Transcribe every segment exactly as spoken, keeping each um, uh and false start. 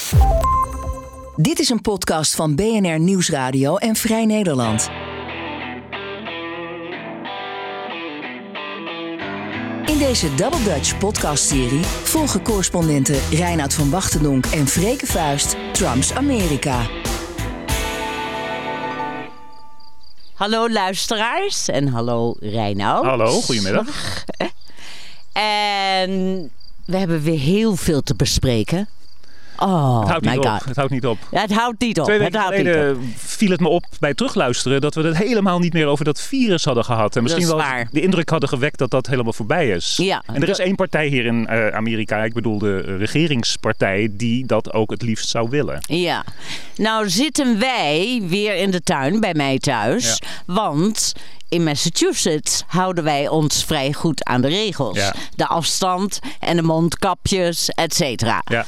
Dit is een podcast van B N R Nieuwsradio en Vrij Nederland. In deze Double Dutch podcastserie volgen correspondenten Reinoud van Wachtendonk en Freke Vuist Trumps Amerika. Hallo luisteraars en hallo Reinoud. Hallo, goedemiddag. En we hebben weer heel veel te bespreken. Oh, het houdt my niet God. op. Het houdt niet op. Ja, het houdt niet op. Twee weken het houdt geleden niet op. viel het me op bij terugluisteren dat we het helemaal niet meer over dat virus hadden gehad. En misschien wel waar. de indruk hadden gewekt dat dat helemaal voorbij is. Ja, en er is één partij hier in uh, Amerika, ik bedoel de regeringspartij, die dat ook het liefst zou willen. Ja. Nou zitten wij weer in de tuin bij mij thuis. Ja. Want in Massachusetts houden wij ons vrij goed aan de regels. Ja. De afstand en de mondkapjes, et cetera. Ja.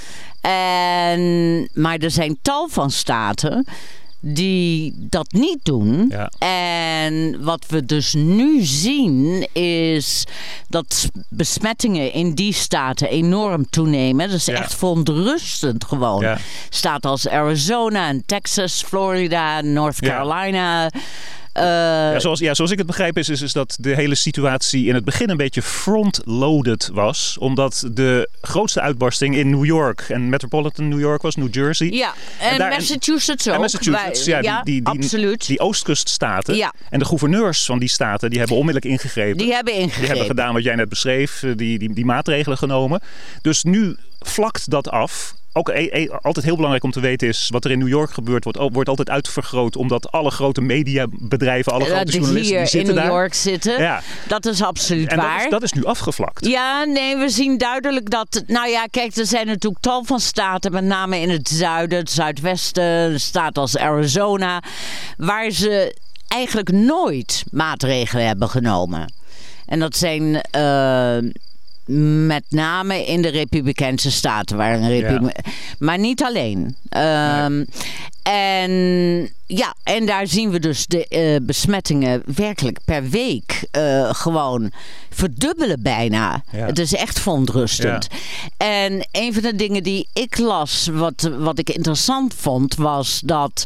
En, maar er zijn tal van staten die dat niet doen. Ja. En wat we dus nu zien is dat besmettingen in die staten enorm toenemen. Dat is Ja. echt verontrustend gewoon. Ja. Staten als Arizona en Texas, Florida, North Ja. Carolina. Uh, Ja, zoals, ja, zoals ik het begrijp is, is, is dat de hele situatie in het begin een beetje front-loaded was. Omdat de grootste uitbarsting in New York en Metropolitan New York was, New Jersey. Ja, en, En daar- Massachusetts ook. En Massachusetts, ja, Wij- ja, die, die, die, absoluut. die oostkuststaten. Ja. En de gouverneurs van die staten, die hebben onmiddellijk ingegrepen. Die hebben ingegrepen. Die hebben gedaan wat jij net beschreef, die, die, die maatregelen genomen. Dus nu vlakt dat af. Ook e- e- altijd heel belangrijk om te weten is, wat er in New York gebeurt, wordt, wordt altijd uitvergroot. Omdat alle grote mediabedrijven, alle Uh, grote die journalisten hier die zitten in New daar. York zitten. Ja. Dat is absoluut En dat waar. is, dat is nu afgevlakt. Ja, nee, we zien duidelijk dat... Nou ja, kijk, er zijn natuurlijk tal van staten, met name in het zuiden, het zuidwesten, een staat als Arizona, waar ze eigenlijk nooit maatregelen hebben genomen. En dat zijn uh, met name in de Republikeinse staten. Waar een Republi- Ja. Maar niet alleen. Um, En ja, en daar zien we dus de uh, besmettingen werkelijk per week uh, gewoon verdubbelen bijna. Ja. Het is echt verontrustend. Ja. En een van de dingen die ik las, wat, wat ik interessant vond, was dat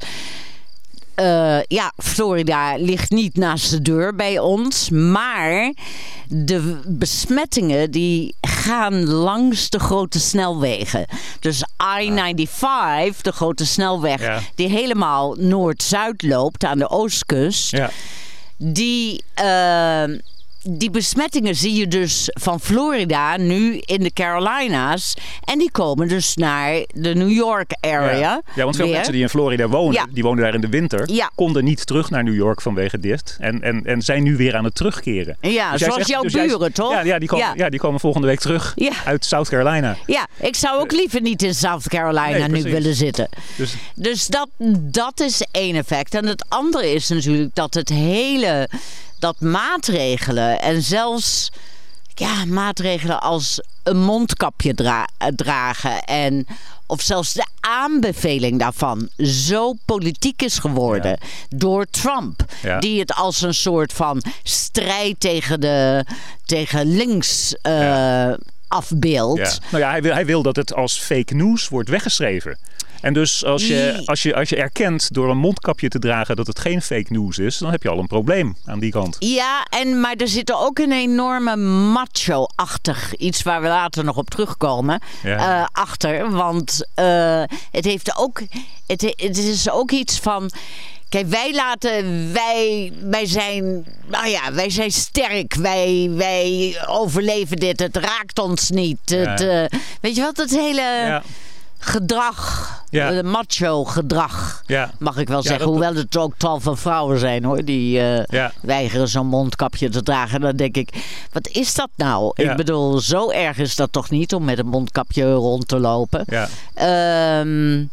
Uh, ja, Florida ligt niet naast de deur bij ons, maar de besmettingen die gaan langs de grote snelwegen. Dus I vijfennegentig, de grote snelweg, ja. die helemaal noord-zuid loopt aan de oostkust, ja. die... Uh, Die besmettingen zie je dus van Florida nu in de Carolina's. En die komen dus naar de New York area. Ja, ja want veel weer. mensen die in Florida wonen, ja. die wonen daar in de winter, ja. konden niet terug naar New York vanwege dit. En, en, en zijn nu weer aan het terugkeren. Ja, dus zoals zegt, jouw dus buren, jij, toch? Ja, ja, die komen, ja. ja, die komen volgende week terug ja. uit South Carolina. Ja, ik zou ook liever niet in South Carolina nee, nu willen zitten. Dus, dus dat, dat is één effect. En het andere is natuurlijk dat het hele... dat maatregelen en zelfs ja, maatregelen als een mondkapje dra- dragen en of zelfs de aanbeveling daarvan zo politiek is geworden ja. door Trump. Ja. Die het als een soort van strijd tegen, de, tegen links uh, ja. afbeeldt. Ja. Nou ja, hij wil, hij wil dat het als fake news wordt weggeschreven. En dus als je, als, je, als je erkent door een mondkapje te dragen dat het geen fake news is, dan heb je al een probleem aan die kant. Ja, en, maar er zit er ook een enorme macho-achtig iets waar we later nog op terugkomen ja. uh, achter. Want uh, het heeft ook, het, het is ook iets van... Kijk, wij laten, wij, wij zijn, nou ja, wij zijn sterk. Wij, wij overleven dit. Het raakt ons niet. Ja. Het, uh, weet je wat, het hele... Ja. gedrag, ja. macho gedrag, ja. mag ik wel ja, zeggen. Dat, Hoewel het ook tal van vrouwen zijn hoor, die uh, ja. weigeren zo'n mondkapje te dragen. Dan denk ik, wat is dat nou? Ja. Ik bedoel, zo erg is dat toch niet om met een mondkapje rond te lopen. Ja. Um,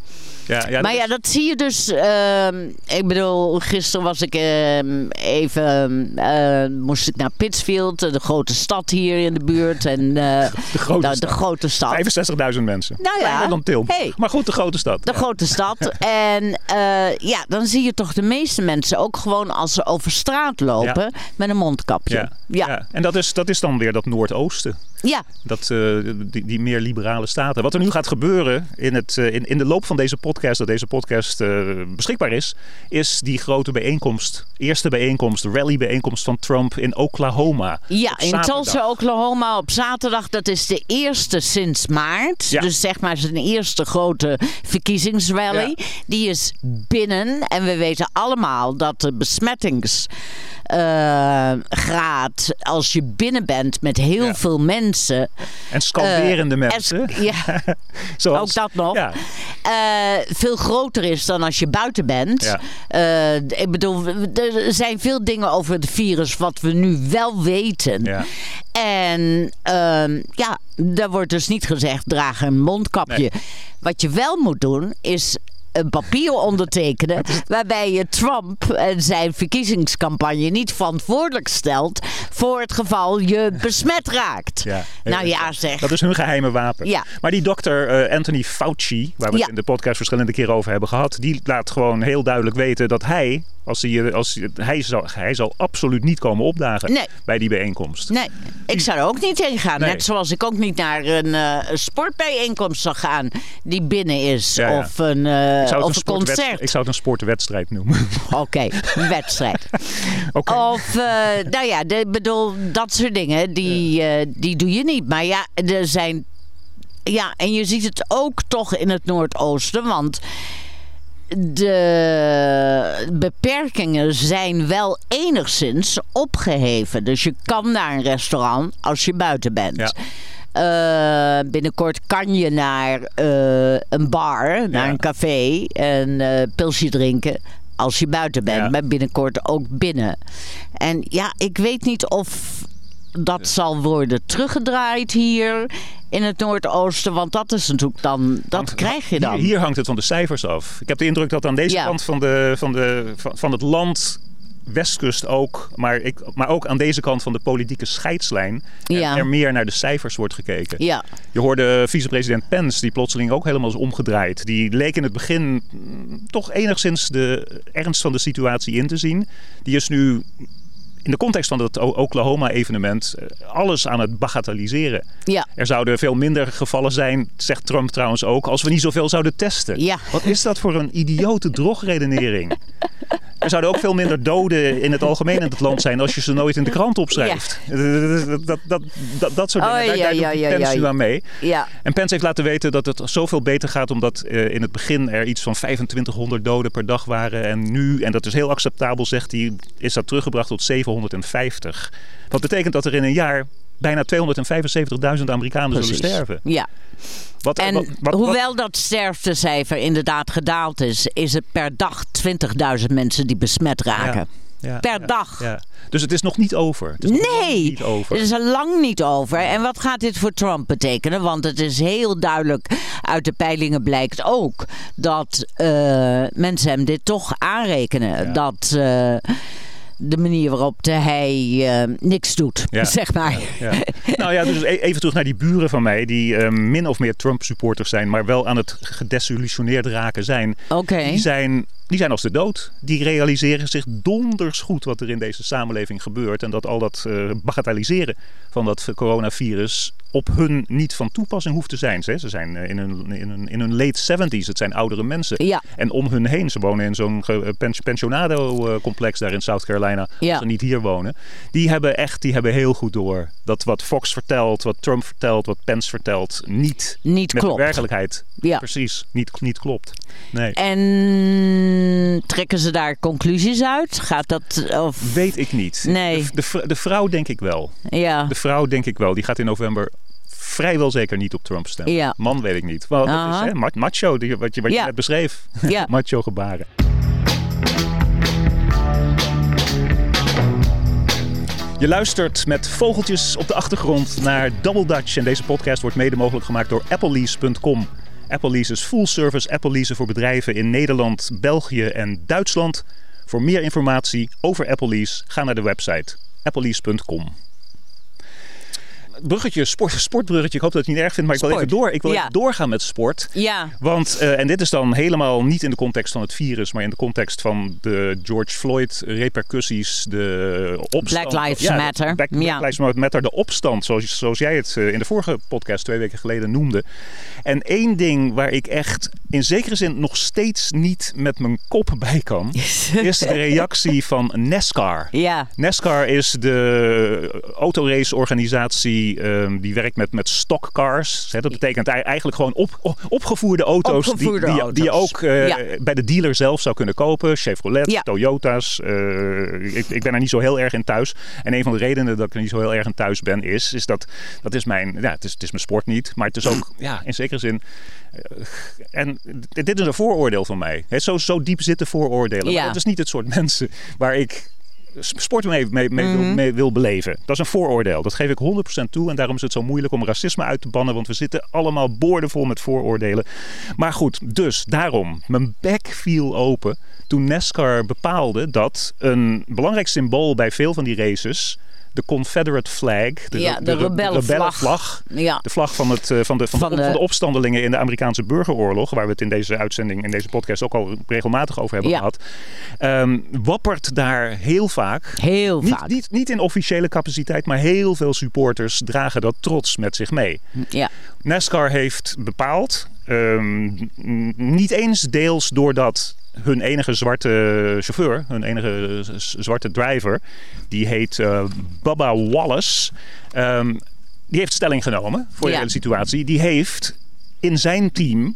Ja, ja, maar ja, is... dat zie je dus. Uh, ik bedoel, gisteren was ik uh, even... Uh, moest ik naar Pittsfield, de grote stad hier in de buurt. En, uh, de, grote nou, stad. de grote stad. vijfenzestigduizend mensen. Nou ja. Kleiner dan Tilm. Hey. Maar goed, de grote stad. De ja. grote stad. En uh, ja, dan zie je toch de meeste mensen ook gewoon als ze over straat lopen ja. met een mondkapje. Ja. Ja. Ja. En dat is, dat is dan weer dat Noordoosten. Ja. Dat, uh, die, die meer liberale staten. Wat er nu gaat gebeuren in, het, uh, in, in de loop van deze podcast, dat deze podcast uh, beschikbaar is, is die grote bijeenkomst, eerste bijeenkomst, rally-bijeenkomst van Trump in Oklahoma. Ja, in Tulsa, Oklahoma op zaterdag. Dat is de eerste sinds maart. Ja. Dus zeg maar zijn eerste grote verkiezingsrally. Ja. Die is binnen. En we weten allemaal dat de besmettingsgraad, uh, als je binnen bent met heel ja. veel mensen. En scanderende uh, mensen. Es, ja, Zoals, ook dat nog. Ja. Uh, veel groter is dan als je buiten bent. Ja. Uh, ik bedoel, er zijn veel dingen over het virus wat we nu wel weten. Ja. En uh, ja, daar wordt dus niet gezegd, draag een mondkapje. Nee. Wat je wel moet doen, is een papier ondertekenen waarbij je Trump en zijn verkiezingscampagne niet verantwoordelijk stelt voor het geval je besmet raakt. Ja, nou ja, zeg. Dat is hun geheime wapen. Ja. Maar die dokter uh, Anthony Fauci, waar we ja. het in de podcast verschillende keren over hebben gehad, die laat gewoon heel duidelijk weten dat hij, als hij, als hij, zal, hij zal absoluut niet komen opdagen nee. bij die bijeenkomst. Nee, ik zou er ook niet heen gaan. Nee. Net zoals ik ook niet naar een uh, sportbijeenkomst zal gaan die binnen is. Ja, ja. Of een, uh, of een, een concert. Ik zou het een sportwedstrijd noemen. Oké, okay, een wedstrijd. Okay. Of, uh, nou ja, de, bedoel, dat soort dingen, die, uh, die doe je niet. Maar ja, er zijn... Ja, en je ziet het ook toch in het Noordoosten, want de beperkingen zijn wel enigszins opgeheven. Dus je kan naar een restaurant als je buiten bent. Ja. Uh, binnenkort kan je naar uh, een bar, naar ja. een café en uh, pilsje drinken als je buiten bent. Ja. Maar binnenkort ook binnen. En ja, ik weet niet of dat ja. zal worden teruggedraaid hier in het Noordoosten, want dat is natuurlijk dan, dat want, krijg je dan. Hier, hier hangt het van de cijfers af. Ik heb de indruk dat aan deze ja. kant van, de, van, de, van, van het land, Westkust ook, maar, ik, maar ook aan deze kant van de politieke scheidslijn ja. er, er meer naar de cijfers wordt gekeken. Ja. Je hoorde vicepresident Pence, die plotseling ook helemaal is omgedraaid. Die leek in het begin toch enigszins de ernst van de situatie in te zien. Die is nu in de context van het Oklahoma-evenement alles aan het bagatelliseren. Ja. Er zouden veel minder gevallen zijn, zegt Trump trouwens ook, als we niet zoveel zouden testen. Ja. Wat is dat voor een idiote drogredenering? Er zouden ook veel minder doden in het algemeen in het land zijn als je ze nooit in de krant opschrijft. Ja. Dat, dat, dat, dat, dat soort dingen, oh, daar, ja, daar doet ja, ja, Pence ja, nu aan mee. Ja. En Pence heeft laten weten dat het zoveel beter gaat omdat uh, in het begin er iets van vijfentwintighonderd doden per dag waren. En nu, en dat is heel acceptabel, zegt hij, is dat teruggebracht tot zevenhonderdvijftig. Wat betekent dat er in een jaar bijna tweehonderdvijfenzeventigduizend Amerikanen Precies. zullen sterven. Ja. Wat, en wat, wat, hoewel dat sterftecijfer inderdaad gedaald is, is het per dag twintigduizend mensen die besmet raken. Ja. Ja, per ja, dag. Ja. Dus het is nog niet over. Het is nee, niet over. Het is er lang niet over. En wat gaat dit voor Trump betekenen? Want het is heel duidelijk, uit de peilingen blijkt ook, dat uh, mensen hem dit toch aanrekenen. Ja. Dat Uh, de manier waarop hij uh, niks doet, ja. zeg maar. Ja, ja. Nou ja, dus even terug naar die buren van mij, die uh, min of meer Trump-supporters zijn, maar wel aan het gedesillusioneerd raken zijn. Okay. Die zijn... Die zijn als de dood. Die realiseren zich donders goed wat er in deze samenleving gebeurt. En dat al dat uh, bagatelliseren van dat coronavirus op hun niet van toepassing hoeft te zijn. Ze, ze zijn in hun, in hun, in hun late seventies. Het zijn oudere mensen. Ja. En om hun heen, ze wonen in zo'n pensionado-complex daar in South Carolina. Ja. Als ze niet hier wonen. Die hebben echt, die hebben heel goed door dat wat Fox vertelt, wat Trump vertelt, wat Pence vertelt, niet, niet met klopt. de werkelijkheid ja. precies niet, niet klopt. Nee. En trekken ze daar conclusies uit? Gaat dat? Of... Weet ik niet. Nee. De, de, de vrouw denk ik wel. Ja. De vrouw denk ik wel. Die gaat in november vrijwel zeker niet op Trump stemmen. Ja. Man weet ik niet. Wel, dat is, hè, macho, die, wat je, wat ja. je net beschreef. Ja. Macho gebaren. Je luistert met vogeltjes op de achtergrond naar Double Dutch. En deze podcast wordt mede mogelijk gemaakt door Applelease punt com. Apple Lease is full service Apple leasen voor bedrijven in Nederland, België en Duitsland. Voor meer informatie over Apple Lease ga naar de website apple lease punt com. Bruggetje, sport, sportbruggetje. Ik hoop dat je het niet erg vindt, maar ik wil Sport. even, door, ik wil Ja. even doorgaan met sport. Ja. Want, uh, en dit is dan helemaal niet in de context van het virus, maar in de context van de George Floyd repercussies, de opstand. Black Lives ja, Matter. Black, Black Ja. Lives Matter, de opstand, zoals, zoals jij het uh, in de vorige podcast twee weken geleden noemde. En één ding waar ik echt in zekere zin nog steeds niet met mijn kop bij kan, is de reactie van NASCAR. Ja. NASCAR is de autoraceorganisatie um, die werkt met, met stockcars. Hè, dat betekent eigenlijk gewoon op, opgevoerde auto's, Opgevoerde die, die, auto's. die je ook uh, Ja. bij de dealer zelf zou kunnen kopen. Chevrolet, Ja. Toyota's. Uh, ik, ik ben er niet zo heel erg in thuis. En een van de redenen dat ik er niet zo heel erg in thuis ben is, is dat dat is mijn, ja, het is, het is mijn sport niet, maar het is ook ja, in zekere zin. Uh, en dit is een vooroordeel van mij. He, zo, zo diep zitten vooroordelen. Ja. Maar dat is niet het soort mensen waar ik sport mee, mee, mee, Mm-hmm. wil, mee wil beleven. Dat is een vooroordeel. Dat geef ik honderd procent toe. En daarom is het zo moeilijk om racisme uit te bannen. Want we zitten allemaal boordevol met vooroordelen. Maar goed, dus daarom. Mijn bek viel open toen NASCAR bepaalde dat een belangrijk symbool bij veel van die races, de Confederate flag, de, Ja, de de, de rebellenvlag. rebellenvlag, Ja. de vlag van, het, uh, van, de, van, Van de, de- van de opstandelingen in de Amerikaanse burgeroorlog, waar we het in deze uitzending, in deze podcast ook al regelmatig over hebben Ja. gehad, um, wappert daar heel vaak. Heel Niet, vaak. niet, niet in officiële capaciteit, maar heel veel supporters dragen dat trots met zich mee. Ja. NASCAR heeft bepaald, um, niet eens deels doordat hun enige zwarte chauffeur, hun enige z- zwarte driver, die heet uh, Bubba Wallace, um, die heeft stelling genomen voor de Ja. hele situatie. Die heeft in zijn team,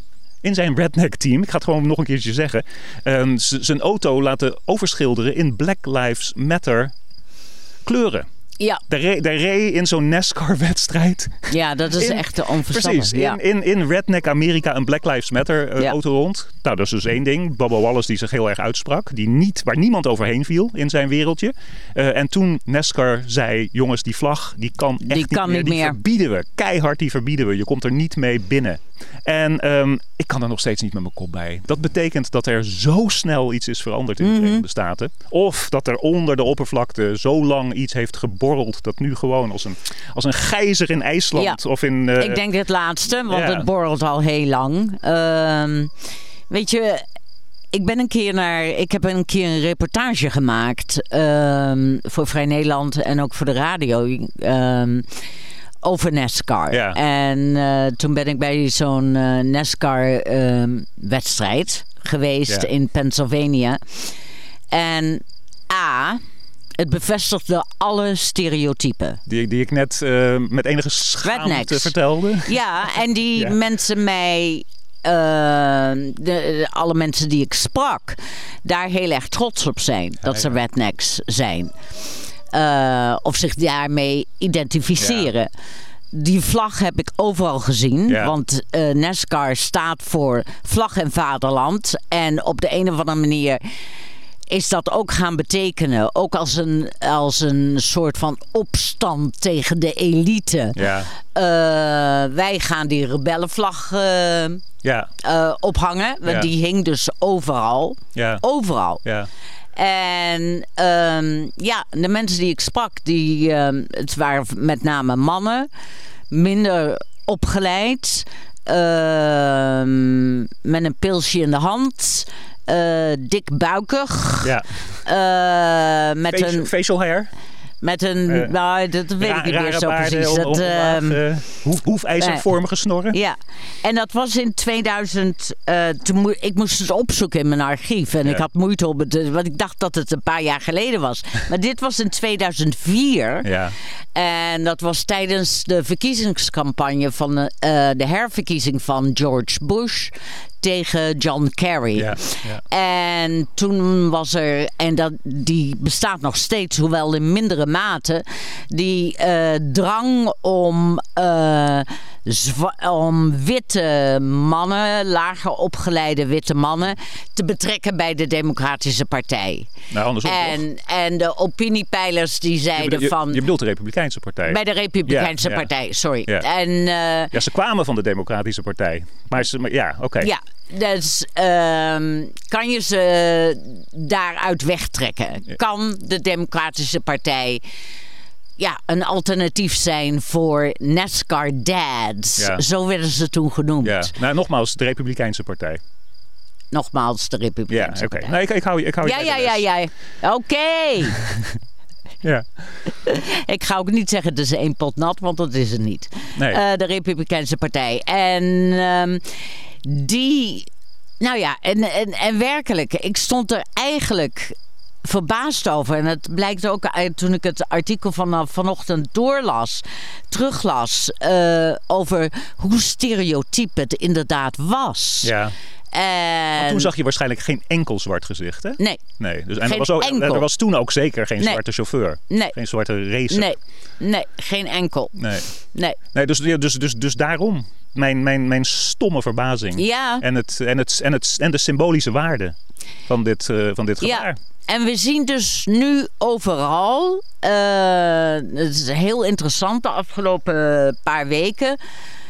in zijn redneck team, ik ga het gewoon nog een keertje zeggen, um, z- zijn auto laten overschilderen in Black Lives Matter kleuren. Ja. Daar reed, daar reed in zo'n NASCAR-wedstrijd. Ja, dat is In- echt de onverstandig. Precies, Ja. in, in, in redneck Amerika een Black Lives Matter uh, Ja. auto rond. Nou, dat is dus één ding. Bubba Wallace die zich heel erg uitsprak. Die niet, waar niemand overheen viel in zijn wereldje. Uh, en toen NASCAR zei, jongens, die vlag die kan echt Die niet kan meer. niet Die meer. verbieden we. Keihard die verbieden we. Je komt er niet mee binnen. En um, ik kan er nog steeds niet met mijn kop bij. Dat betekent dat er zo snel iets is veranderd in de Mhm. Verenigde Staten. Of dat er onder de oppervlakte zo lang iets heeft geborreld dat nu gewoon als een, als een gijzer in IJsland Ja. of in... Uh, Ik denk het laatste, want Ja. het borrelt al heel lang. Ehm, weet je, ik ben een keer naar, ik heb een keer een reportage gemaakt ehm, voor Vrij Nederland en ook voor de radio ehm, over NASCAR. Ja. En eh, toen ben ik bij zo'n eh, NASCAR ehm, wedstrijd geweest Ja. in Pennsylvania. En A, het bevestigde alle stereotypen. Die, die ik net uh, met enige schaamte Rednecks. vertelde. Ja, en die Ja. mensen mij, uh, de, de- alle mensen die ik sprak, daar heel erg trots op zijn. Dat ze ja. rednecks zijn. Uh, of zich daarmee identificeren. Die vlag heb ik overal gezien. Ja. Want uh, NASCAR staat voor vlag en vaderland. En op de een of andere manier is dat ook gaan betekenen. Ook als een, als een soort van opstand tegen de elite. Ja. Uh, wij gaan die rebellenvlag uh, Ja. uh, ophangen. Want Ja. die hing dus overal. Ja. Overal. Ja. En um, ja, de mensen die ik sprak, die, um, het waren met name mannen, minder opgeleid, um, met een pilsje in de hand, uh, dik buikig, Ja. uh, met Facial, een... facial hair. Met een, Uh, nou, dat weet Ra- ik niet meer rare zo baarden, precies. on- Dat, ongelaagd, um, uh, hoef, hoefijzervormige snorren. ja, en dat was in tweeduizend. Uh, toen mo- ik moest het opzoeken in mijn archief. En Ja. ik had moeite op het. Want ik dacht dat het een paar jaar geleden was. Maar dit was in tweeduizend vier. Ja. En dat was tijdens de verkiezingscampagne van de, uh, de herverkiezing van George Bush tegen John Kerry. Ja. Ja. En toen was er, en dat, die bestaat nog steeds, hoewel in mindere mate, die uh, drang om uh, zwa- om witte mannen, lager opgeleide witte mannen, te betrekken bij de Democratische Partij. Nou, andersom en, en de opiniepeilers die zeiden je, van... Je bedoelt de Republikeinse Partij. Bij de Republikeinse ja, ja. Partij, sorry. Ja. En, uh, ja, ze kwamen van de Democratische Partij. Maar, ze, maar ja, oké. Okay. Ja, dus um, kan je ze daaruit wegtrekken? Ja. Kan de Democratische Partij... Ja, een alternatief zijn voor NASCAR dads. Ja. Zo werden ze toen genoemd. Ja. Nou, nogmaals, de Republikeinse Partij. Nogmaals, de Republikeinse ja, okay. Partij. Nou, ik, ik hou, ik hou ja, ja, ja, ja, ja. Oké. Okay. ja. Ik ga ook niet zeggen het is één pot nat, want dat is het niet. Nee. Uh, de Republikeinse Partij. En um, die... Nou ja, en, en, en werkelijk, ik stond er eigenlijk... verbaasd over. En het blijkt ook uit toen ik het artikel van vanochtend doorlas, teruglas, uh, over hoe stereotyp het inderdaad was. Ja. En... Want toen zag je waarschijnlijk geen enkel zwart gezicht, hè? Nee. Nee. Dus, en geen er, was ook, enkel. er was toen ook zeker geen nee. zwarte chauffeur. Nee. Geen zwarte racer. Nee. Nee, geen enkel. Nee. Nee. nee dus, dus, dus, dus daarom mijn, mijn, mijn stomme verbazing. Ja. En, het, en, het, en, het, en de symbolische waarde van dit, uh, van dit gevaar. Ja. En we zien dus nu overal, uh, het is heel interessant de afgelopen paar weken,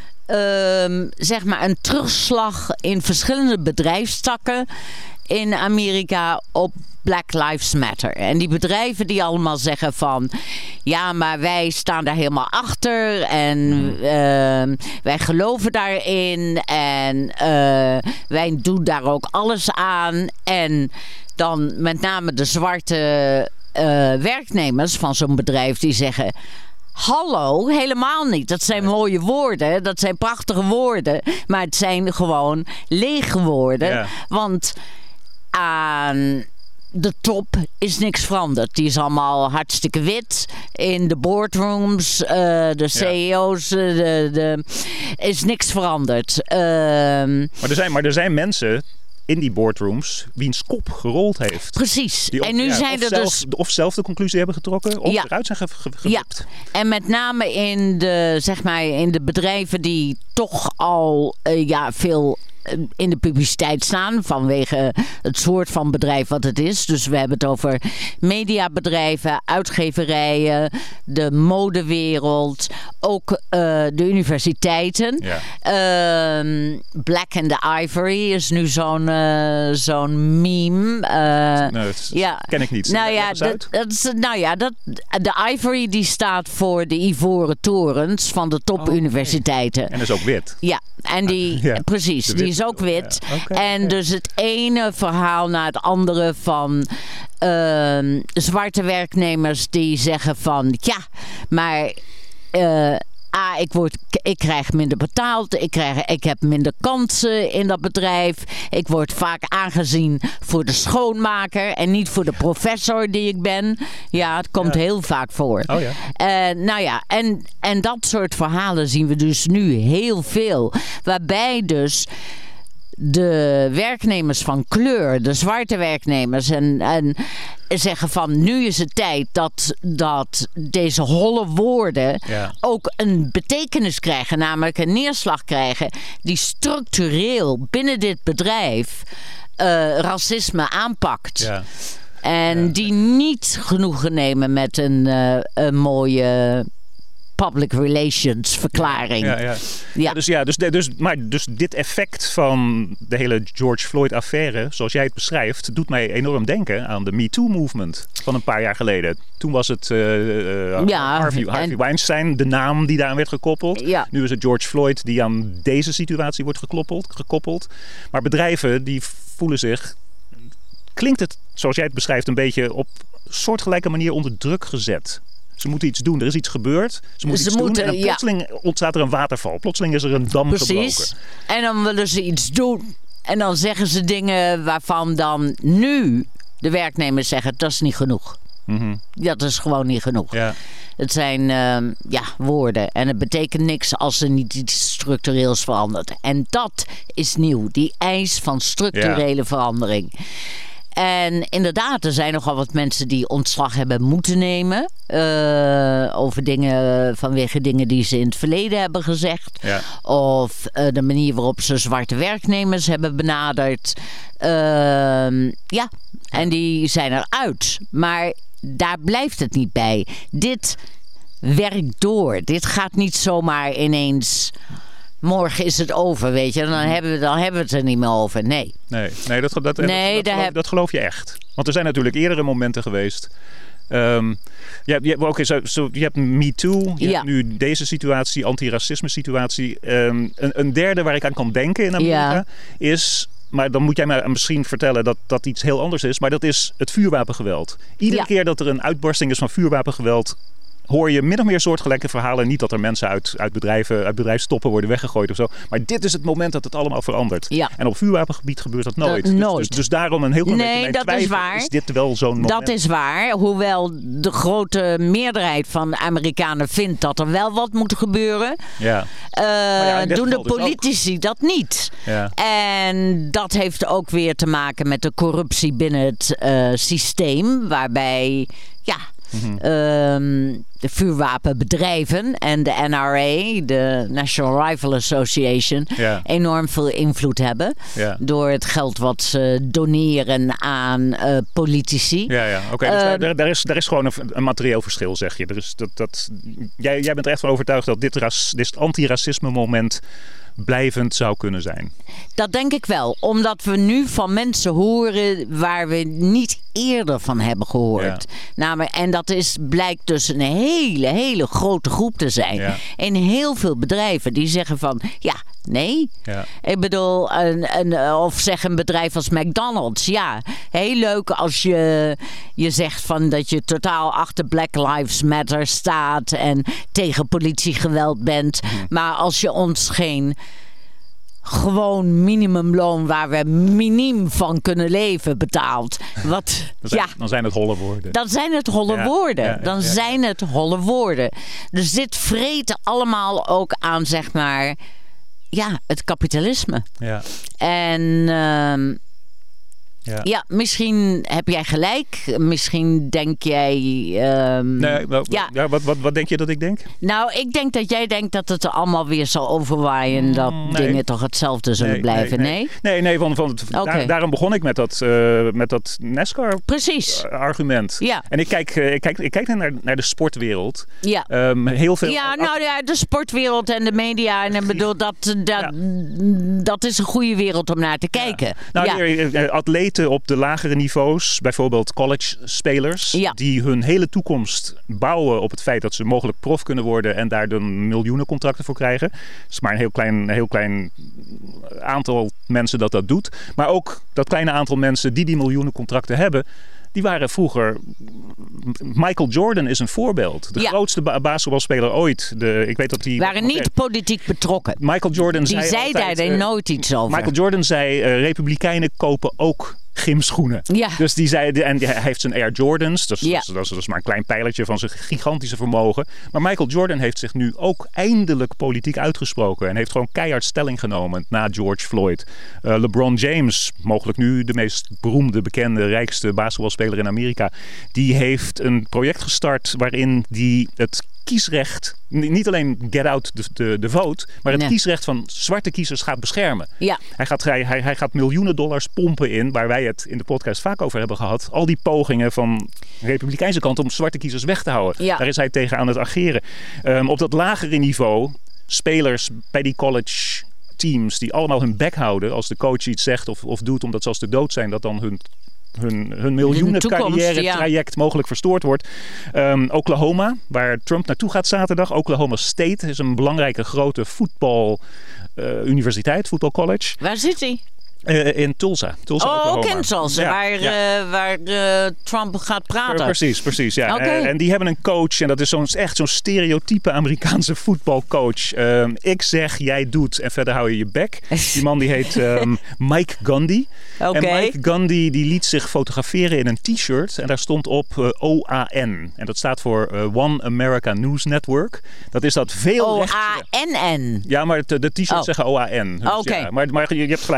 uh, zeg maar een terugslag in verschillende bedrijfstakken in Amerika op Black Lives Matter. En die bedrijven die allemaal zeggen van... ja, maar wij staan daar helemaal achter en uh, wij geloven daarin en uh, wij doen daar ook alles aan. En dan met name de zwarte uh, werknemers van zo'n bedrijf die zeggen... Hallo, helemaal niet. Dat zijn mooie woorden. Dat zijn prachtige woorden. Maar het zijn gewoon lege woorden. Ja. Want aan de top is niks veranderd. Die is allemaal hartstikke wit. In de boardrooms, uh, de C E O's, uh, de, de, is niks veranderd. Uh, maar, er zijn, maar er zijn mensen... in die boardrooms, wiens kop gerold heeft. Precies. Die of, en nu ja, zijn of er zelf, dus... Of zelf de conclusie hebben getrokken, of ja. eruit zijn ge, ge, gewipt. Ja. En met name in de, zeg maar, in de bedrijven die toch al uh, ja, veel... in de publiciteit staan vanwege het soort van bedrijf wat het is. Dus we hebben het over mediabedrijven, uitgeverijen, de modewereld, ook uh, de universiteiten. Ja. Uh, Black and the Ivory is nu zo'n uh, zo'n meme. Uh, nee, dat ja. ken ik niet. Nou ja, dat, dat is, nou ja, dat, de Ivory die staat voor de ivoren torens van de topuniversiteiten. Oh, okay. En dat is ook wit. Ja, en die, ja, precies, die is ook wit. Ja. Okay, en okay. Dus het ene verhaal na het andere van uh, zwarte werknemers die zeggen van... ja, maar... Uh, A, ik, word, ik krijg minder betaald. Ik, krijg, ik heb minder kansen in dat bedrijf. Ik word vaak aangezien voor de schoonmaker en niet voor de professor die ik ben. Ja, het komt ja. heel vaak voor. Oh ja. Uh, nou ja, en, en dat soort verhalen zien we dus nu heel veel. Waarbij dus... de werknemers van kleur, de zwarte werknemers... en, en zeggen van nu is het tijd dat, dat deze holle woorden... Ja. ook een betekenis krijgen, namelijk een neerslag krijgen... die structureel binnen dit bedrijf uh, racisme aanpakt. Ja. En ja. die niet genoegen nemen met een, uh, een mooie... public relations verklaring. Ja, ja, ja. ja. Dus, ja dus, dus, maar dus dit effect van de hele George Floyd affaire, zoals jij het beschrijft, doet mij enorm denken aan de Me Too movement van een paar jaar geleden. Toen was het uh, uh, ja, Harvey, Harvey en... Weinstein, de naam die daaraan werd gekoppeld. Ja. Nu is het George Floyd die aan deze situatie wordt gekoppeld. gekoppeld. Maar bedrijven die voelen zich, klinkt het zoals jij het beschrijft, een beetje op soortgelijke manier onder druk gezet. Ze moeten iets doen. Er is iets gebeurd. Ze moeten ze iets moeten, doen. En plotseling ja. ontstaat er een waterval. Plotseling is er een dam Precies. gebroken. En dan willen ze iets doen. En dan zeggen ze dingen waarvan dan nu de werknemers zeggen... dat is niet genoeg. Mm-hmm. Dat is gewoon niet genoeg. Ja. Het zijn uh, ja, woorden. En het betekent niks als er niet iets structureels verandert. En dat is nieuw. Die eis van structurele ja. verandering. En inderdaad, er zijn nogal wat mensen die ontslag hebben moeten nemen. Uh, over dingen, vanwege dingen die ze in het verleden hebben gezegd. Ja. Of uh, de manier waarop ze zwarte werknemers hebben benaderd. Uh, ja, en die zijn eruit. Maar daar blijft het niet bij. Dit werkt door. Dit gaat niet zomaar ineens... Morgen is het over, weet je. Dan hebben we, dan hebben we het er niet meer over. Nee. Nee, nee, dat, dat, nee, dat, dat, geloof, heb... dat geloof je echt. Want er zijn natuurlijk eerdere momenten geweest. Um, je, je, okay, so, so, je hebt Me Too. Je ja. hebt nu deze situatie, antiracisme situatie. Um, een, een derde waar ik aan kan denken in Amerika ja. is... Maar dan moet jij mij misschien vertellen dat dat iets heel anders is. Maar dat is het vuurwapengeweld. Iedere ja. keer dat er een uitbarsting is van vuurwapengeweld... hoor je min of meer soortgelijke verhalen. Niet dat er mensen uit, uit, bedrijven, uit bedrijfstoppen worden weggegooid of zo. Maar dit is het moment dat het allemaal verandert. Ja. En op vuurwapengebied gebeurt dat nooit. Dat, dus, nooit. Dus, dus daarom een heel klein nee, beetje mijn dat twijfel. Is, waar. Is dit wel zo'n moment? Dat is waar. Hoewel de grote meerderheid van de Amerikanen vindt dat er wel wat moet gebeuren. Ja. Uh, ja, doen de politici dus dat niet. Ja. En dat heeft ook weer te maken met de corruptie binnen het uh, systeem. Waarbij... ja. Mm-hmm. Um, de vuurwapenbedrijven en de N R A, de National Rifle Association, ja. enorm veel invloed hebben. Ja. Door het geld wat ze doneren aan uh, politici. Ja, ja. Oké. Okay, dus uh, daar, daar, is, daar is gewoon een, een materieel verschil, zeg je. Er is dat, dat, jij, jij bent er echt van overtuigd dat dit, ras, dit antiracisme moment blijvend zou kunnen zijn. Dat denk ik wel. Omdat we nu van mensen horen waar we niet eerder van hebben gehoord. Ja. Namelijk, en dat is, blijkt dus een hele, hele grote groep te zijn. Ja. En heel veel bedrijven die zeggen van... ja, nee. Ja. Ik bedoel, een, een, of zeg een bedrijf als McDonald's. Ja, heel leuk als je, je zegt van dat je totaal achter Black Lives Matter staat... en tegen politiegeweld bent. Mm. Maar als je ons geen... gewoon minimumloon waar we miniem van kunnen leven betaald. Wat, dan, zijn, ja, dan zijn het holle woorden. Dan zijn het holle ja, woorden. Ja, ja, dan ja, ja. zijn het holle woorden. Dus dit vreet allemaal ook aan, zeg maar, ja, het kapitalisme. Ja. En... Uh, Ja. ja, misschien heb jij gelijk. Misschien denk jij... Um, nee, wel, ja. ja, wat, wat, wat denk je dat ik denk? Nou, ik denk dat jij denkt dat het er allemaal weer zal overwaaien. Mm, dat nee. dingen toch hetzelfde zullen nee, blijven, nee? Nee, nee, nee van, van, okay. daar, daarom begon ik met dat, uh, met dat NASCAR Precies. argument. Ja. En ik kijk, uh, ik kijk, ik kijk naar, naar de sportwereld. Ja, um, heel veel ja nou ja, de sportwereld en de media. En ik bedoel, dat, dat, ja. dat is een goede wereld om naar te kijken. Ja. Nou, ja. Hier, atleten op de lagere niveaus, bijvoorbeeld college-spelers, ja. die hun hele toekomst bouwen op het feit dat ze mogelijk prof kunnen worden en daar dan miljoenen contracten voor krijgen. Het is maar een heel klein, heel klein aantal mensen dat dat doet. Maar ook dat kleine aantal mensen die die miljoenen contracten hebben, die waren vroeger... Michael Jordan is een voorbeeld. De ja. grootste ba- basketbalspeler ooit. De, ik weet dat die waren niet okay. politiek betrokken. Michael Jordan die zei, zei altijd, daar uh, nooit iets over. Michael Jordan zei, uh, Republikeinen kopen ook gymschoenen. Ja. Dus die zei, en hij heeft zijn Air Jordans. Dus ja. dat, is, dat, is, dat is maar een klein pijlertje van zijn gigantische vermogen. Maar Michael Jordan heeft zich nu ook eindelijk politiek uitgesproken. En heeft gewoon keihard stelling genomen na George Floyd. Uh, LeBron James, mogelijk nu de meest beroemde, bekende, rijkste basketbalspeler in Amerika. Die heeft een project gestart waarin die het kiesrecht, niet alleen get out de, de, de vote, maar het nee. kiesrecht van zwarte kiezers gaat beschermen. Ja. Hij, gaat, hij, hij gaat miljoenen dollars pompen in, waar wij het in de podcast vaak over hebben gehad. Al die pogingen van de Republikeinse kant om zwarte kiezers weg te houden. Ja. Daar is hij tegen aan het ageren. Um, op dat lagere niveau, spelers bij die college teams die allemaal hun bek houden als de coach iets zegt of, of doet omdat ze als de dood zijn, dat dan hun hun, hun miljoenen carrière traject ja. mogelijk verstoord wordt. Um, Oklahoma, waar Trump naartoe gaat zaterdag. Oklahoma State is een belangrijke grote voetbal uh, universiteit, voetbalcollege. Waar zit hij? Uh, in Tulsa. Tulsa oh, Oklahoma. ook in Tulsa, ja, waar, ja. Uh, waar uh, Trump gaat praten. Uh, precies, precies. Ja. Okay. Uh, en die hebben een coach en dat is zo'n, echt zo'n stereotype Amerikaanse voetbalcoach. Uh, ik zeg, jij doet en verder hou je je bek. Die man die heet um, Mike Gundy. Okay. En Mike Gundy die liet zich fotograferen in een t-shirt en daar stond op uh, O A N. En dat staat voor uh, One America News Network. Dat is dat veel O A N N? Ja, maar de, de t-shirts oh. zeggen O A N. Dus Oké. Okay. Ja, maar, maar je, je hebt gelijk, het is O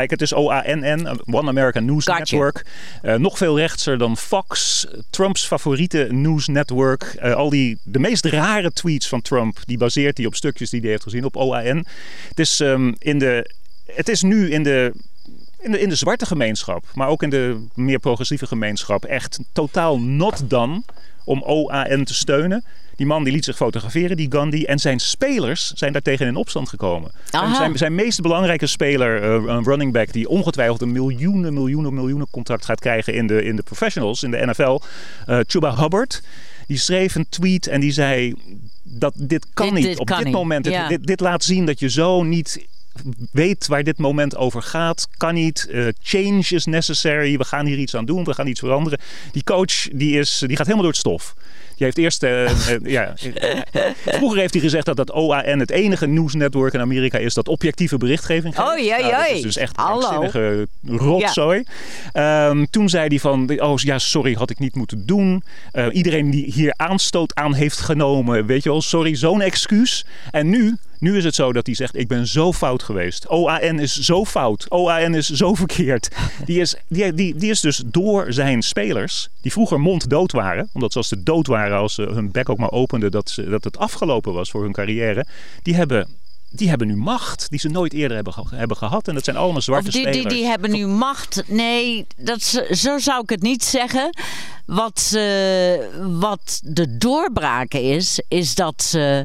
A N N, One American News gotcha. Network. Uh, nog veel rechtser dan Fox, Trumps favoriete news network. Uh, al die, de meest rare tweets van Trump, die baseert hij op stukjes die hij heeft gezien op O A N. Het is, um, in de, het is nu in de... In de, in de zwarte gemeenschap, maar ook in de meer progressieve gemeenschap echt totaal not done om O A N te steunen. Die man die liet zich fotograferen, die Gandhi. En zijn spelers zijn daartegen in opstand gekomen. Zijn, zijn meest belangrijke speler, uh, een running back... die ongetwijfeld een miljoenen, miljoenen, miljoenen contract gaat krijgen in de, in de professionals, in de N F L. Uh, Chuba Hubbard, die schreef een tweet en die zei... dat dit kan dit, niet. Dit Op kan dit niet. moment, Ja. dit, dit, dit laat zien dat je zo niet... weet waar dit moment over gaat, kan niet. Uh, change is necessary. We gaan hier iets aan doen. We gaan iets veranderen. Die coach die is, die gaat helemaal door het stof. Die heeft eerst... Uh, uh, ja, vroeger heeft hij gezegd dat dat O A N het enige nieuwsnetwerk in Amerika is dat objectieve berichtgeving geeft. Oh, jee, nou, dat jee. is dus echt Hallo. krankzinnige rotzooi. Ja. Um, toen zei hij van... Oh ja, sorry, had ik niet moeten doen. Uh, iedereen die hier aanstoot aan heeft genomen. Weet je wel, sorry, zo'n excuus. En nu... Nu is het zo dat hij zegt, ik ben zo fout geweest. O A N is zo fout. O A N is zo verkeerd. Die is, die, die, die is dus door zijn spelers, die vroeger monddood waren, omdat ze als ze dood waren, als ze hun bek ook maar openden, dat, ze, dat het afgelopen was voor hun carrière. Die hebben... Die hebben nu macht die ze nooit eerder hebben, ge- hebben gehad. En dat zijn allemaal zwarte of die, spelers. Die, die hebben nu macht. Nee, dat, zo zou ik het niet zeggen. Wat, uh, wat de doorbraak is, is dat ze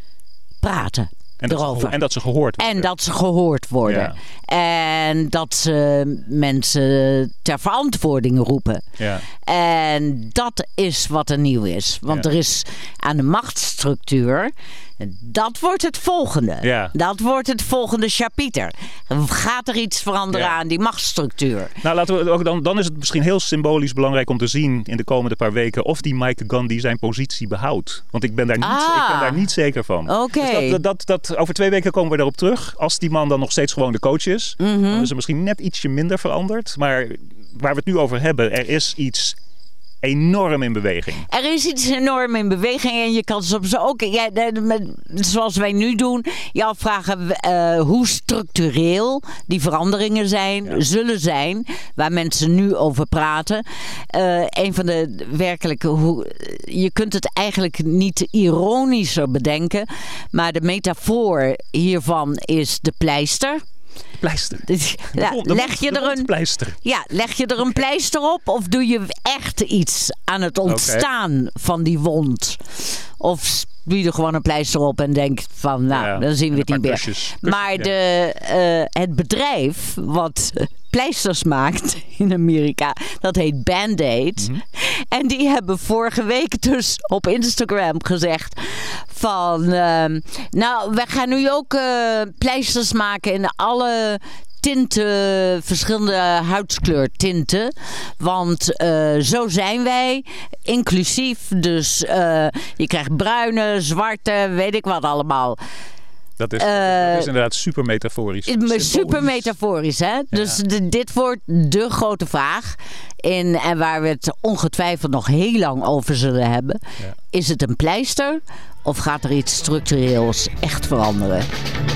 praten. En dat, ze, en dat ze gehoord worden. En dat ze gehoord worden. Ja. En dat ze mensen ter verantwoording roepen. Ja. En dat is wat er nieuw is. Want ja. er is aan de machtsstructuur... Dat wordt het volgende. Ja. Dat wordt het volgende chapiter. Gaat er iets veranderen ja. aan die machtsstructuur? Nou, laten we ook dan, dan is het misschien heel symbolisch belangrijk om te zien in de komende paar weken of die Mike Gandhi zijn positie behoudt. Want ik ben daar niet, ah. ik ben daar niet zeker van. Okay. Dus dat, dat, dat, dat, over twee weken komen we daarop terug. Als die man dan nog steeds gewoon de coach is, mm-hmm. dan is er misschien net ietsje minder veranderd. Maar waar we het nu over hebben, er is iets enorm in beweging. Er is iets enorm in beweging en je kan soms ook, ja, zoals wij nu doen, je afvragen uh, hoe structureel die veranderingen zijn, ja. zullen zijn, waar mensen nu over praten. Uh, een van de werkelijke, hoe, je kunt het eigenlijk niet ironischer bedenken, maar de metafoor hiervan is de pleister. Pleister. Ja, de, leg je de er een pleister. Ja, leg je er een pleister op of doe je echt iets aan het ontstaan okay. van die wond? Of doe je er gewoon een pleister op en denk van, nou, ja, dan zien we het niet meer. Kusjes. Maar ja. de, uh, het bedrijf wat pleisters maakt in Amerika, dat heet Band-Aid. Mm-hmm. En die hebben vorige week dus op Instagram gezegd van, uh, nou, we gaan nu ook uh, pleisters maken in alle tinten, verschillende huidskleurtinten. Want uh, zo zijn wij, inclusief. Dus uh, je krijgt bruine, zwarte, weet ik wat allemaal. Dat is, uh, dat is inderdaad super metaforisch. Super metaforisch, hè? Ja. Dus de, dit wordt de grote vraag. In, en waar we het ongetwijfeld nog heel lang over zullen hebben. Ja. Is het een pleister? Of gaat er iets structureels echt veranderen?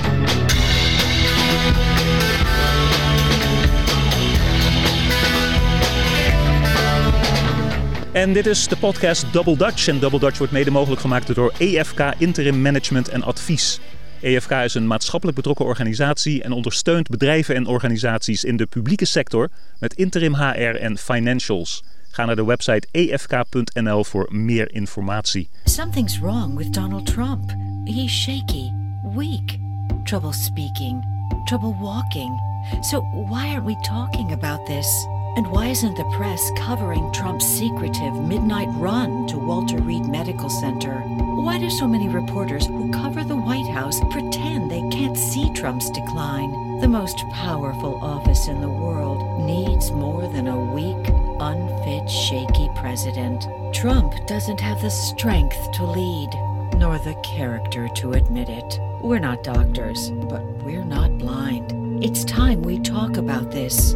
En dit is de podcast Double Dutch. En Double Dutch wordt mede mogelijk gemaakt door E F K Interim Management en Advies. E F K is een maatschappelijk betrokken organisatie en ondersteunt bedrijven en organisaties in de publieke sector met interim H R en financials. Ga naar de website e f k punt n l voor meer informatie. Something's wrong with Donald Trump. He's shaky, weak, trouble speaking, trouble walking. So why aren't we talking about this? And why isn't the press covering Trump's secretive midnight run to Walter Reed Medical Center? Why do so many reporters who cover the White House pretend they can't see Trump's decline? The most powerful office in the world needs more than a weak, unfit, shaky president. Trump doesn't have the strength to lead, nor the character to admit it. We're not doctors, but we're not blind. It's time we talk about this.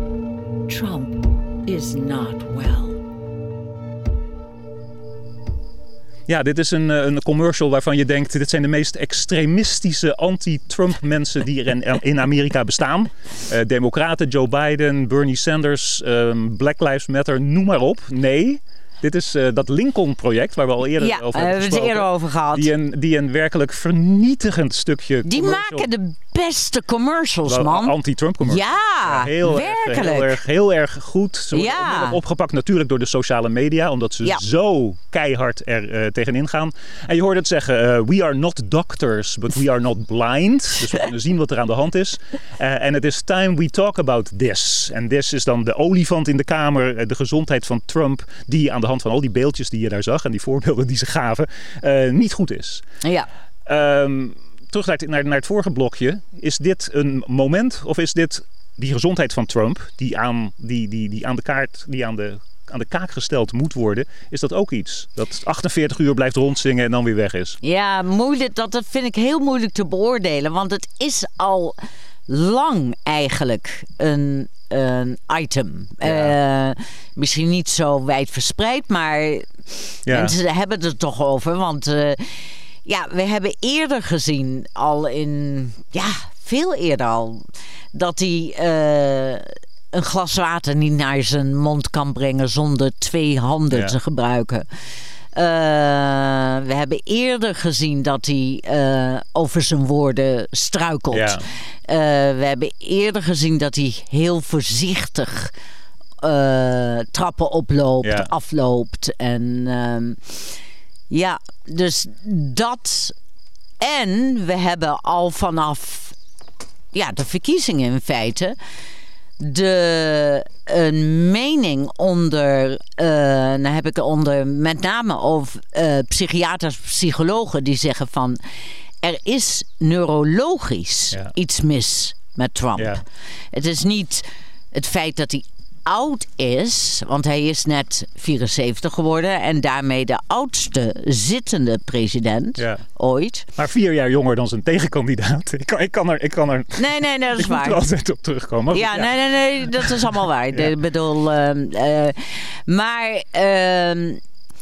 Trump is not well. Ja, dit is een, een commercial waarvan je denkt... dit zijn de meest extremistische anti-Trump mensen die er in, in Amerika bestaan. Uh, Democraten, Joe Biden, Bernie Sanders, um, Black Lives Matter, noem maar op. Nee... Dit is uh, dat Lincoln-project waar we al eerder ja, over hebben gesproken. Ja, we hebben het eerder over gehad. Die een, die een werkelijk vernietigend stukje Die commercial... maken de beste commercials, Wel, man. Anti-Trump commercials. Ja, ja heel werkelijk. Erg, heel, erg, heel erg goed. Ze worden Ja. onmiddellijk opgepakt natuurlijk door de sociale media. Omdat ze Ja. zo keihard er uh, tegenin gaan. En je hoort het zeggen. Uh, we are not doctors, but we are not blind. Dus we kunnen zien wat er aan de hand is. Uh, en het is time we talk about this. En this is dan de olifant in de kamer. Uh, de gezondheid van Trump. Die aan de hand van al die beeldjes die je daar zag. En die voorbeelden die ze gaven. Uh, niet goed is. Ja. Um, terug naar, naar, naar het vorige blokje. Is dit een moment of is dit die gezondheid van Trump die aan, die, die, die aan de kaart, die aan de, aan de kaak gesteld moet worden? Is dat ook iets? Dat achtenveertig uur blijft rondzingen en dan weer weg is? Ja, moeilijk. Dat, dat vind ik heel moeilijk te beoordelen. Want het is al lang eigenlijk een, een item. Ja. Uh, misschien niet zo wijd verspreid, maar ja. mensen hebben het er toch over. Want... Uh, Ja, we hebben eerder gezien, al in, ja, veel eerder al, dat hij uh, een glas water niet naar zijn mond kan brengen zonder twee handen ja. te gebruiken. Uh, we hebben eerder gezien dat hij uh, over zijn woorden struikelt. Ja. Uh, we hebben eerder gezien dat hij heel voorzichtig uh, trappen oploopt, ja. afloopt en... Uh, Ja, dus dat. En we hebben al vanaf ja, de verkiezingen in feite de een mening onder, uh, nou heb ik onder met name over uh, psychiaters, psychologen die zeggen van er is neurologisch ja. iets mis met Trump. Ja. Het is niet het feit dat hij oud is, want hij is net vierenzeventig geworden en daarmee de oudste zittende president ja. ooit. Maar vier jaar jonger dan zijn tegenkandidaat. Ik kan, ik kan er, ik kan er. Nee, nee, nee, dat is ik waar. Ik moet er altijd op terugkomen. Ja, ja, nee, nee, nee, dat is allemaal waar. ja. Ik bedoel, uh, uh, maar. Uh, uh,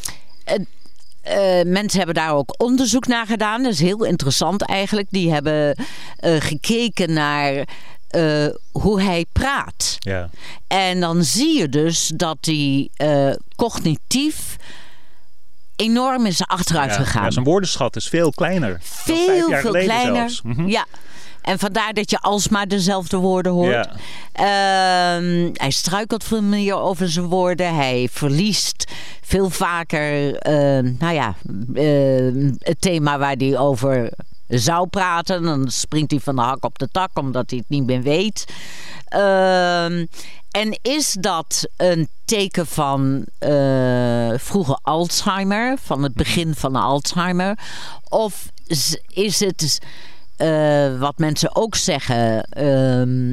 Uh, mensen hebben daar ook onderzoek naar gedaan. Dat is heel interessant eigenlijk. Die hebben uh, gekeken naar uh, hoe hij praat. Ja. En dan zie je dus dat hij uh, cognitief enorm is achteruit ja, gegaan. Ja, zijn woordenschat is veel kleiner. Veel, dan vijf jaar veel geleden kleiner. Zelfs. Mm-hmm. Ja. En vandaar dat je alsmaar dezelfde woorden hoort. Ja. Uh, hij struikelt veel meer over zijn woorden. Hij verliest veel vaker uh, nou ja, uh, het thema waar hij over zou praten. Dan springt hij van de hak op de tak omdat hij het niet meer weet. Uh, en is dat een teken van uh, vroege Alzheimer? Van het begin van de Alzheimer? Of is het... Uh, wat mensen ook zeggen, uh,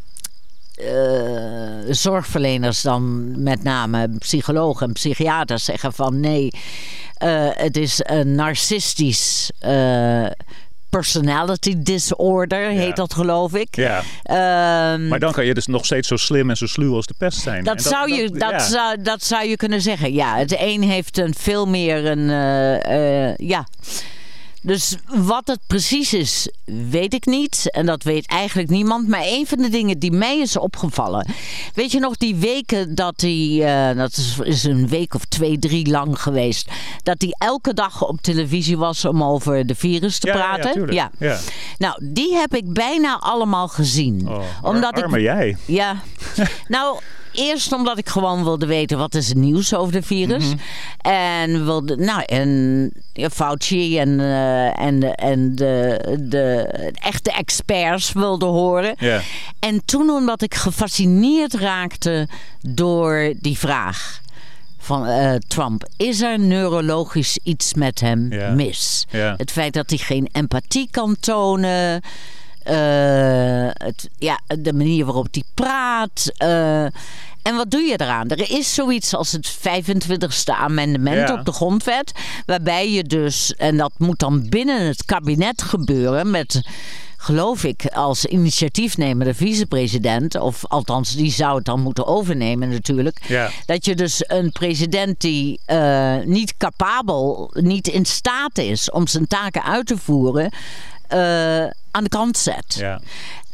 uh, zorgverleners dan met name psychologen en psychiaters zeggen van nee, uh, het is een narcistisch uh, personality disorder, heet ja. dat geloof ik. Ja. Um, maar dan kan je dus nog steeds zo slim en zo sluw als de pest zijn. Dat, dat, zou, je, dat, dat, ja. zou, dat zou je kunnen zeggen, ja. Het een heeft een veel meer een, uh, uh, ja... Dus wat het precies is, weet ik niet. En dat weet eigenlijk niemand. Maar een van de dingen die mij is opgevallen. Weet je nog die weken dat hij... Uh, dat is, is een week of twee, drie lang geweest. Dat hij elke dag op televisie was om over de virus te ja, praten. Ja, ja. ja. Nou, die heb ik bijna allemaal gezien. Oh, omdat arme ik, jij. Ja. Nou... Eerst omdat ik gewoon wilde weten wat is het nieuws over de virus. Mm-hmm. En wilde, nou, en ja, Fauci en, uh, en, de, en de, de echte experts wilde horen. Yeah. En toen omdat ik gefascineerd raakte door die vraag van uh, Trump. Is er neurologisch iets met hem yeah. mis? Yeah. Het feit dat hij geen empathie kan tonen... Uh, het, ja, de manier waarop hij praat. Uh, en wat doe je eraan? Er is zoiets als het vijfentwintigste amendement ja. op de grondwet. Waarbij je dus, en dat moet dan binnen het kabinet gebeuren met geloof ik, als initiatiefnemende vicepresident, of althans die zou het dan moeten overnemen natuurlijk, Ja. dat je dus een president die uh, niet capabel, niet in staat is om zijn taken uit te voeren, uh, aan de kant zet. Ja.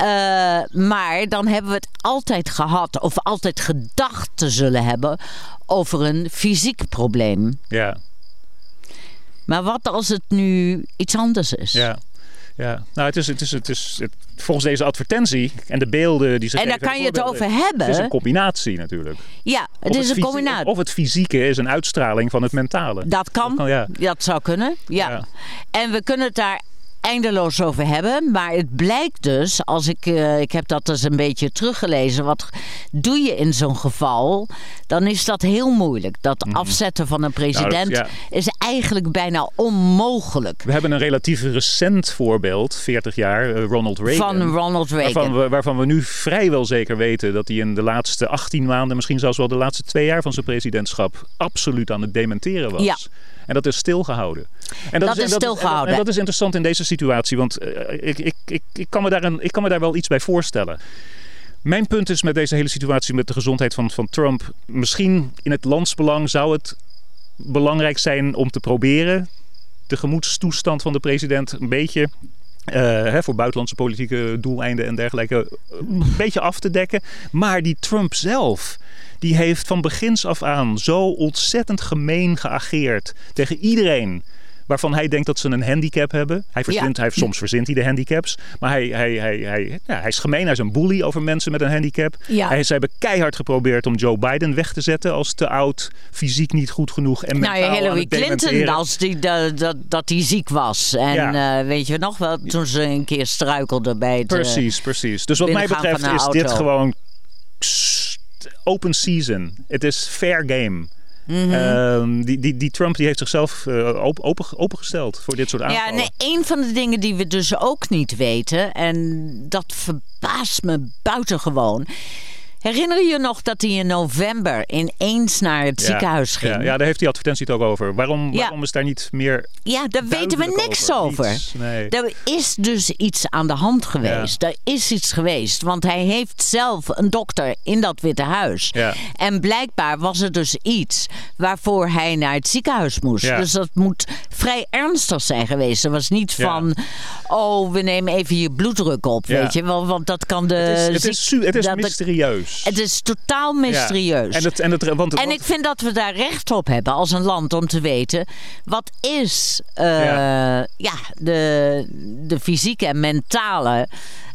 Uh, maar dan hebben we het altijd gehad, of altijd gedacht te zullen hebben, over een fysiek probleem. Ja. Maar wat als het nu iets anders is? Ja. Ja, nou, het is, het is, het is het, volgens deze advertentie en de beelden die ze en geven. daar kan je het over hebben. Het is een combinatie natuurlijk. Ja, het Of is een fysi- combinatie. Of het fysieke is een uitstraling van het mentale. Dat kan, Dat kan, ja. dat zou kunnen. Ja. Ja. En we kunnen het daar eindeloos over hebben. Maar het blijkt dus, als ik, uh, ik heb dat dus een beetje teruggelezen. Wat doe je in zo'n geval? Dan is dat heel moeilijk. Dat Mm-hmm. afzetten van een president Nou, dat- ja. is eigenlijk bijna onmogelijk. We hebben een relatief recent voorbeeld, veertig jaar, uh, Ronald Reagan. Van Ronald Reagan. Waarvan we, waarvan we nu vrijwel zeker weten dat hij in de laatste achttien maanden, misschien zelfs wel de laatste twee jaar van zijn presidentschap, absoluut aan het dementeren was. Ja. En dat is stilgehouden. En Dat is en stilgehouden. En dat is interessant in deze situatie, want uh, ik, ik, ik, ik, kan me daar een, ik kan me daar wel iets bij voorstellen. Mijn punt is met deze hele situatie met de gezondheid van, van Trump, misschien in het landsbelang zou het belangrijk zijn om te proberen de gemoedstoestand van de president een beetje Uh, hè, voor buitenlandse politieke doeleinden en dergelijke een beetje af te dekken. Maar die Trump zelf, die heeft van begins af aan zo ontzettend gemeen geageerd tegen iedereen waarvan hij denkt dat ze een handicap hebben. Hij verzint, Ja. hij, soms verzint hij de handicaps. Maar hij, hij, hij, hij, ja, hij is gemeen. Hij is een bully over mensen met een handicap. Ja. Hij, ze hebben keihard geprobeerd om Joe Biden weg te zetten als te oud, fysiek niet goed genoeg en Nou, mentaal aan Hillary het Clinton, dementeren. als die, dat, dat, dat die ziek was. En Ja. uh, weet je nog wel, toen ze een keer struikelde bij het... uh, Precies, precies. Dus wat mij binnengaan betreft van een is auto. dit gewoon open season. Het is fair game. Mm-hmm. Um, die, die, die Trump die heeft zichzelf uh, open, open, opengesteld voor dit soort aanvallen. Ja, nee, een van de dingen die we dus ook niet weten, en dat verbaast me buitengewoon. Herinner je je nog dat hij in november ineens naar het Ja, ziekenhuis ging? Ja, ja, daar heeft die advertentie het ook over. Waarom, Ja. waarom is daar niet meer Ja, daar weten we duidelijk niks over. Niets, nee. Er is dus iets aan de hand geweest. Er is iets geweest. Want hij heeft zelf een dokter in dat Witte Huis. Ja. En blijkbaar was er dus iets waarvoor hij naar het ziekenhuis moest. Ja. Dus dat moet vrij ernstig zijn geweest. Er was niet Ja. van, oh, we nemen even je bloeddruk op. Ja. Weet je wel, want dat kan de... Het is, het ziek- is, su- het is dat- mysterieus. Het is totaal mysterieus. Ja. En, het, en, het, want, En want- ik vind dat we daar recht op hebben als een land om te weten, wat is uh, ja. Ja. de, de fysieke en mentale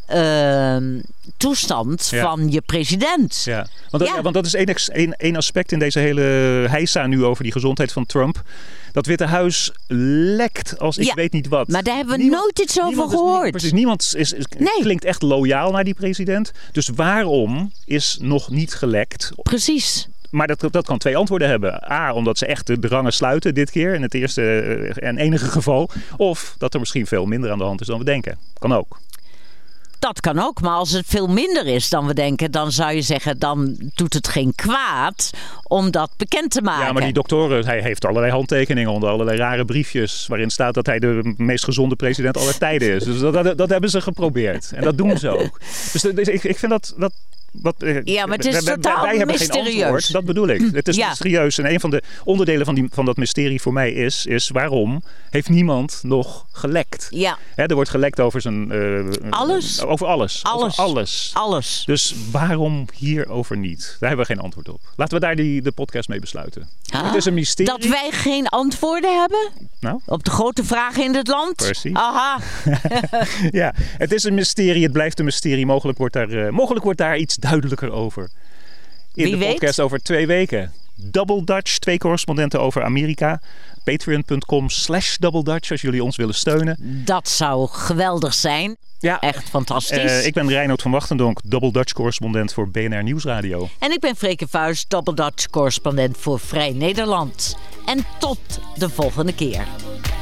uh, toestand Ja. van je president. Ja, want dat, Ja. ja, want dat is één, ex- één, één aspect in deze hele heisa nu over die gezondheid van Trump. Dat Witte Huis lekt als ik Ja, weet niet wat. maar daar hebben we Niemand- nooit iets over niemand is- gehoord. precies, niemand is, is- Nee. klinkt echt loyaal naar die president. Dus waarom is nog niet gelekt? Precies. Maar dat, dat kan twee antwoorden hebben. A, omdat ze echt de, de rangen sluiten dit keer. In het eerste eh, en enige geval. Of dat er misschien veel minder aan de hand is dan we denken. Kan ook. Dat kan ook, maar als het veel minder is dan we denken, dan zou je zeggen, dan doet het geen kwaad om dat bekend te maken. Ja, maar die doktoren, hij heeft allerlei handtekeningen onder allerlei rare briefjes. Waarin staat dat hij de meest gezonde president aller tijden is. Dus dat, dat, dat hebben ze geprobeerd. En dat doen ze ook. Dus, dus ik, ik vind dat... dat wat, Ja, maar het is wij, wij- totaal wij hebben geen mysterieus. antwoord. Dat bedoel ik. Het is Ja. mysterieus. En een van de onderdelen van, die, van dat mysterie voor mij is, is waarom heeft niemand nog gelekt? Ja, Hè, er wordt gelekt over zijn... eh, Alles. Over alles. Alles. Over alles. alles. Dus waarom hierover niet? Daar hebben we geen antwoord op. Laten we daar die, de podcast mee besluiten. Ah, Het is een mysterie. Dat wij geen antwoorden hebben Nou, op de grote vragen in dit land? Precies. Aha. ja, het is een mysterie. Het blijft een mysterie. Mogelijk wordt daar, uh, mogelijk wordt daar iets duidelijker over. In Wie de weet? podcast over twee weken. Double Dutch, twee correspondenten over Amerika. Patreon.com slash Double Dutch als jullie ons willen steunen. Dat zou geweldig zijn. Ja, Echt fantastisch. uh, ik ben Reinoud van Wachtendonk, Double Dutch correspondent voor B N R Nieuwsradio. En ik ben Freke Vuijs, Double Dutch correspondent voor Vrij Nederland. En tot de volgende keer.